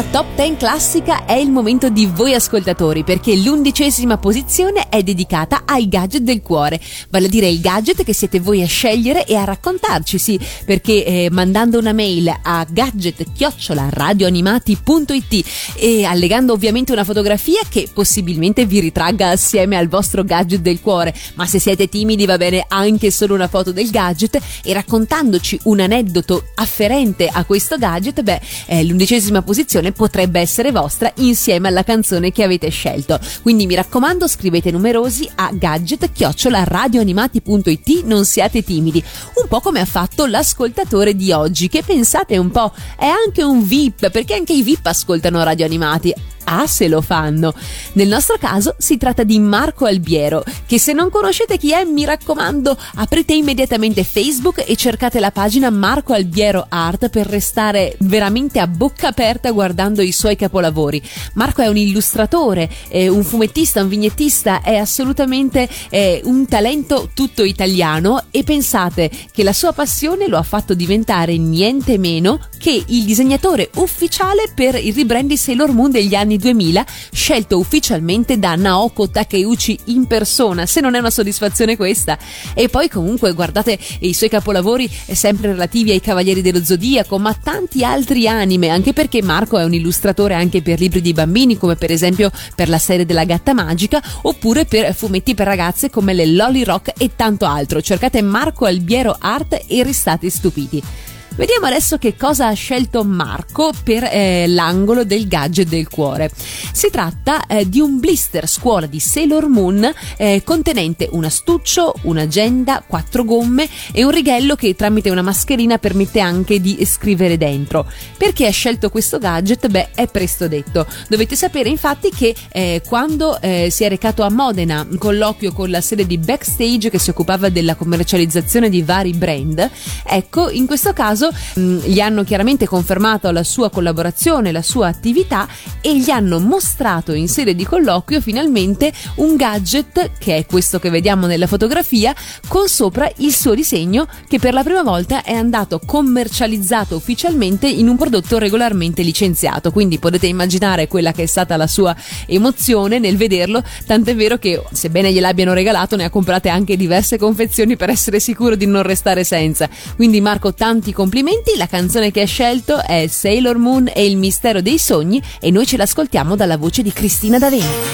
nostra Top dieci classica è il momento di voi ascoltatori, perché l'undicesima posizione è dedicata ai gadget del cuore, vale a dire il gadget che siete voi a scegliere e a raccontarci, sì, perché eh, mandando una mail a gadget chiocciola radioanimati punto it e allegando ovviamente una fotografia che possibilmente vi ritragga assieme al vostro gadget del cuore, ma se siete timidi va bene anche solo una foto del gadget, e raccontandoci un aneddoto afferente a questo gadget, beh, eh, l'undicesima posizione potrebbe essere vostra insieme alla canzone che avete scelto. Quindi mi raccomando, scrivete numerosi a gadget chiocciola radioanimati punto it, non siate timidi, un po' come ha fatto l'ascoltatore di oggi, che pensate un po' è anche un V I P, perché anche i V I P ascoltano Radio Animati. Ah, se lo fanno. Nel nostro caso si tratta di Marco Albiero, che se non conoscete chi è, mi raccomando, aprite immediatamente Facebook e cercate la pagina Marco Albiero Art per restare veramente a bocca aperta guardando i suoi capolavori. Marco è un illustratore, è un fumettista, un vignettista, è assolutamente è un talento tutto italiano, e pensate che la sua passione lo ha fatto diventare niente meno che il disegnatore ufficiale per il rebrand di Sailor Moon degli anni duemila, scelto ufficialmente da Naoko Takeuchi in persona. Se non è una soddisfazione questa. E poi comunque guardate i suoi capolavori sempre relativi ai Cavalieri dello Zodiaco, ma tanti altri anime, anche perché Marco è un illustratore anche per libri di bambini, come per esempio per la serie della Gatta Magica, oppure per fumetti per ragazze come le Lolly Rock e tanto altro. Cercate Marco Albiero Art e restate stupiti. Vediamo adesso che cosa ha scelto Marco per eh, l'angolo del gadget del cuore. Si tratta eh, di un blister scuola di Sailor Moon eh, contenente un astuccio, un'agenda, quattro gomme e un righello che tramite una mascherina permette anche di scrivere dentro. Perché ha scelto questo gadget? Beh, è presto detto. Dovete sapere infatti che eh, quando eh, si è recato a Modena, un colloquio con la sede di Backstage che si occupava della commercializzazione di vari brand, ecco, in questo caso gli hanno chiaramente confermato la sua collaborazione, la sua attività, e gli hanno mostrato in sede di colloquio finalmente un gadget, che è questo che vediamo nella fotografia, con sopra il suo disegno, che per la prima volta è andato commercializzato ufficialmente in un prodotto regolarmente licenziato. Quindi potete immaginare quella che è stata la sua emozione nel vederlo, tant'è vero che, sebbene gliel'abbiano regalato, ne ha comprate anche diverse confezioni per essere sicuro di non restare senza. Quindi Marco, tanti complimenti. La canzone che ha scelto è Sailor Moon e il mistero dei sogni, e noi ce l'ascoltiamo dalla voce di Cristina D'Avena.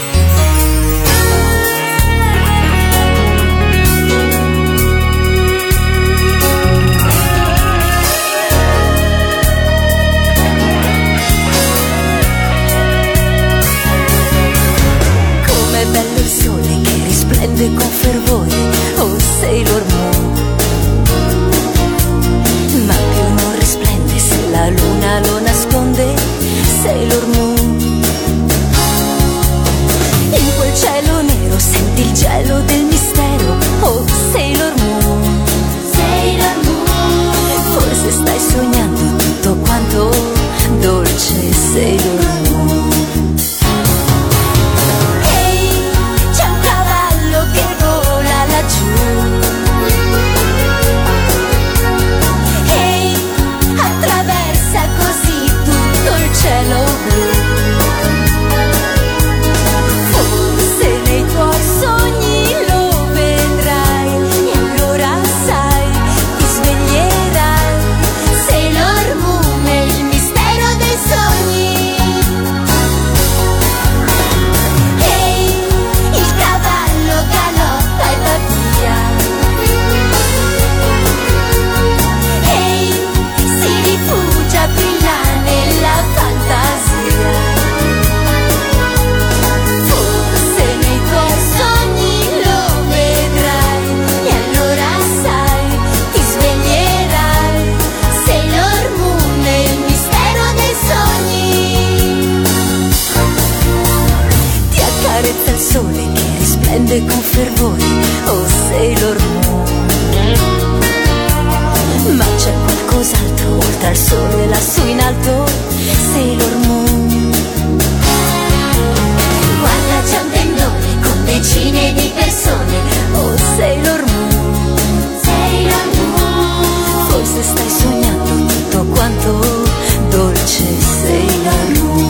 Con fervore, oh Sailor Moon, ma più non risplende se la luna lo nasconde. Sailor Moon, in quel cielo nero senti il gelo del mistero. Oh Sailor Moon, Sailor Moon, forse stai sognando tutto quanto dolce. Sailor Moon, cielo blu. Forse nei tuoi sogni lo vedrai, e allora sai, ti sveglierai. Sailor Moon è il mistero dei sogni. Ehi, il cavallo galoppa e va via. Ehi, si rifugia, brilla nella fantasia. Forse nei tuoi sogni lo vedrai, e allora sai, ti sveglierai. Sailor Moon è il mistero dei sogni. Ti accarezza il sole che risplende con fervore. Oh Sailor Moon, ma c'è qualcos'altro oltre al sole lassù in alto. Sailor Moon, guarda, c'è un tendone con decine di persone. Oh Sailor Moon, Sailor Moon, forse stai sognando tutto quanto dolce. Sailor Moon,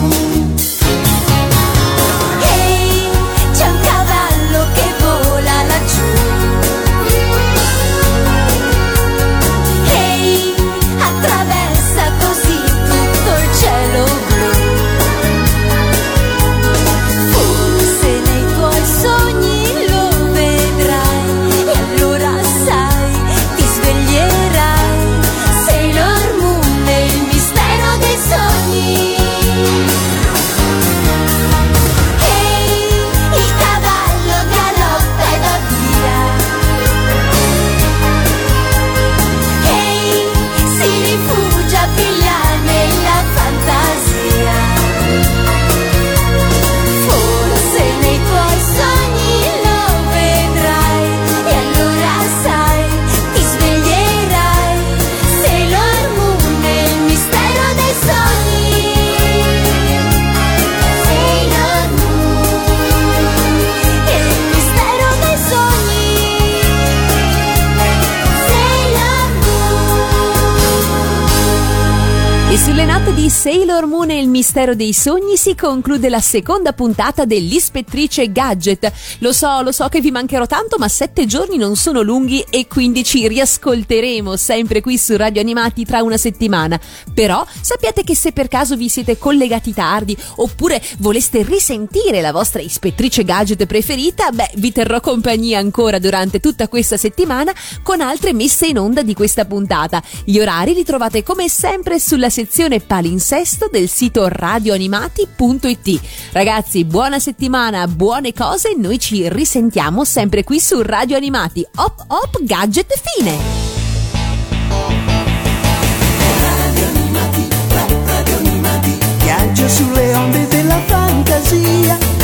Sulle note di Sailor Moon e il mistero dei sogni si conclude la seconda puntata dell'Ispettrice Gadget. Lo so, lo so che vi mancherò tanto, ma sette giorni non sono lunghi e quindi ci riascolteremo sempre qui su Radio Animati tra una settimana. Però sappiate che se per caso vi siete collegati tardi oppure voleste risentire la vostra Ispettrice Gadget preferita, beh, vi terrò compagnia ancora durante tutta questa settimana con altre messe in onda di questa puntata. Gli orari li trovate come sempre sulla sezione palinsesto del sito radioanimati punto it. Ragazzi, buona settimana, buone cose, noi ci risentiamo sempre qui su Radio Animati. Hop hop gadget fine. Radio Animati, Radio Animati, viaggio sulle onde della fantasia.